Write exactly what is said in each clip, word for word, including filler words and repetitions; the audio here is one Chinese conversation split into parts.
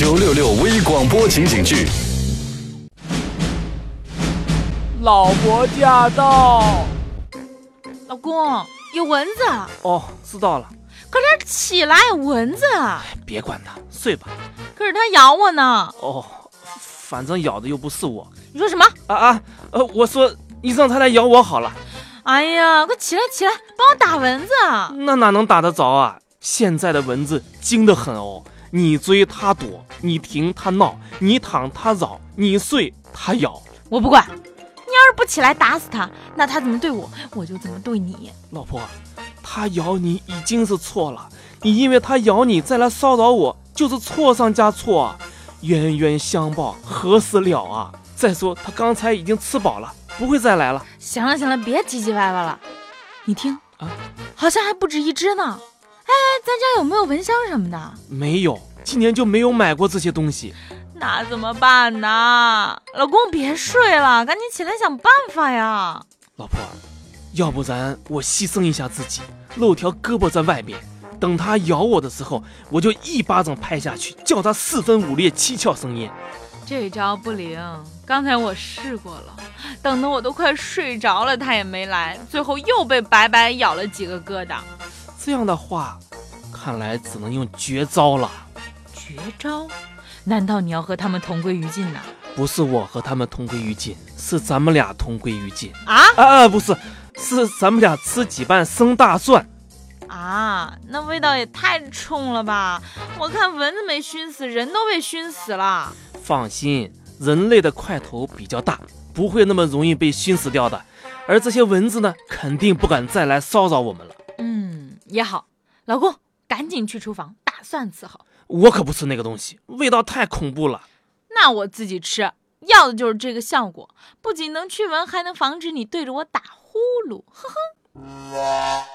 九六六微广播情景剧。 老婆驾到！ 老公，有蚊子！ 哦，知道了。 快点起来，有蚊子！ 别管它，睡吧。 可是它咬我呢。 哦，反正咬的又不是我。 你说什么？ 啊啊，呃，我说你让它来咬我好了。 哎呀，快起来起来，帮我打蚊子！ 那哪能打得着啊？现在的蚊子精得很哦。你追它躲，你停它闹，你躺它扰，你睡它咬。 我不管。你要是不起来打死它，那它怎么对我，我就怎么对你。 老婆，它咬你已经是错了，你因为它咬你再来骚扰我，就是错上加错，冤冤相报何时了啊？再说它刚才已经吃饱了，不会再来了。 行了行了，别唧唧歪歪了。你听啊， 好像还不止一只呢。哎，咱家有没有蚊香什么的？ 没有，今年就没有买过这些东西。 那怎么办呢？老公别睡了，赶紧起来想办法呀。 老婆，要不然我牺牲一下自己，露条胳膊在外面，等他咬我的时候，我就一巴掌拍下去，叫他四分五裂七窍生烟。 这招不灵，刚才我试过了，等得我都快睡着了，他也没来，最后又被白白咬了几个疙瘩。 这样的话，看来只能用绝招了。 绝招？难道你要和他们同归于尽呢？ 不是我和他们同归于尽，是咱们俩同归于尽。 啊啊，不是，是咱们俩吃几瓣生大蒜。 啊，那味道也太冲了吧！我看蚊子没熏死，人都被熏死了。 放心，人类的块头比较大，不会那么容易被熏死掉的。而这些蚊子呢，肯定不敢再来骚扰我们了。 嗯，也好，老公，赶紧去厨房打蒜伺候。 我可不吃那个东西，味道太恐怖了。 那我自己吃，要的就是这个效果，不仅能驱蚊，还能防止你对着我打呼噜。呵呵。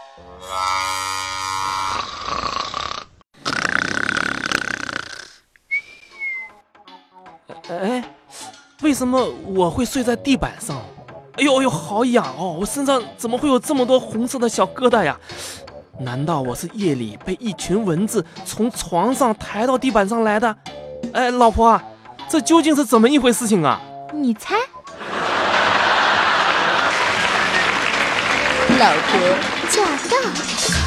哎，为什么我会睡在地板上？哎呦哎呦，好痒哦！我身上怎么会有这么多红色的小疙瘩呀？难道我是夜里被一群蚊子从床上抬到地板上来的？哎，老婆，这究竟是怎么一回事情啊？ 你猜？ 老婆驾到。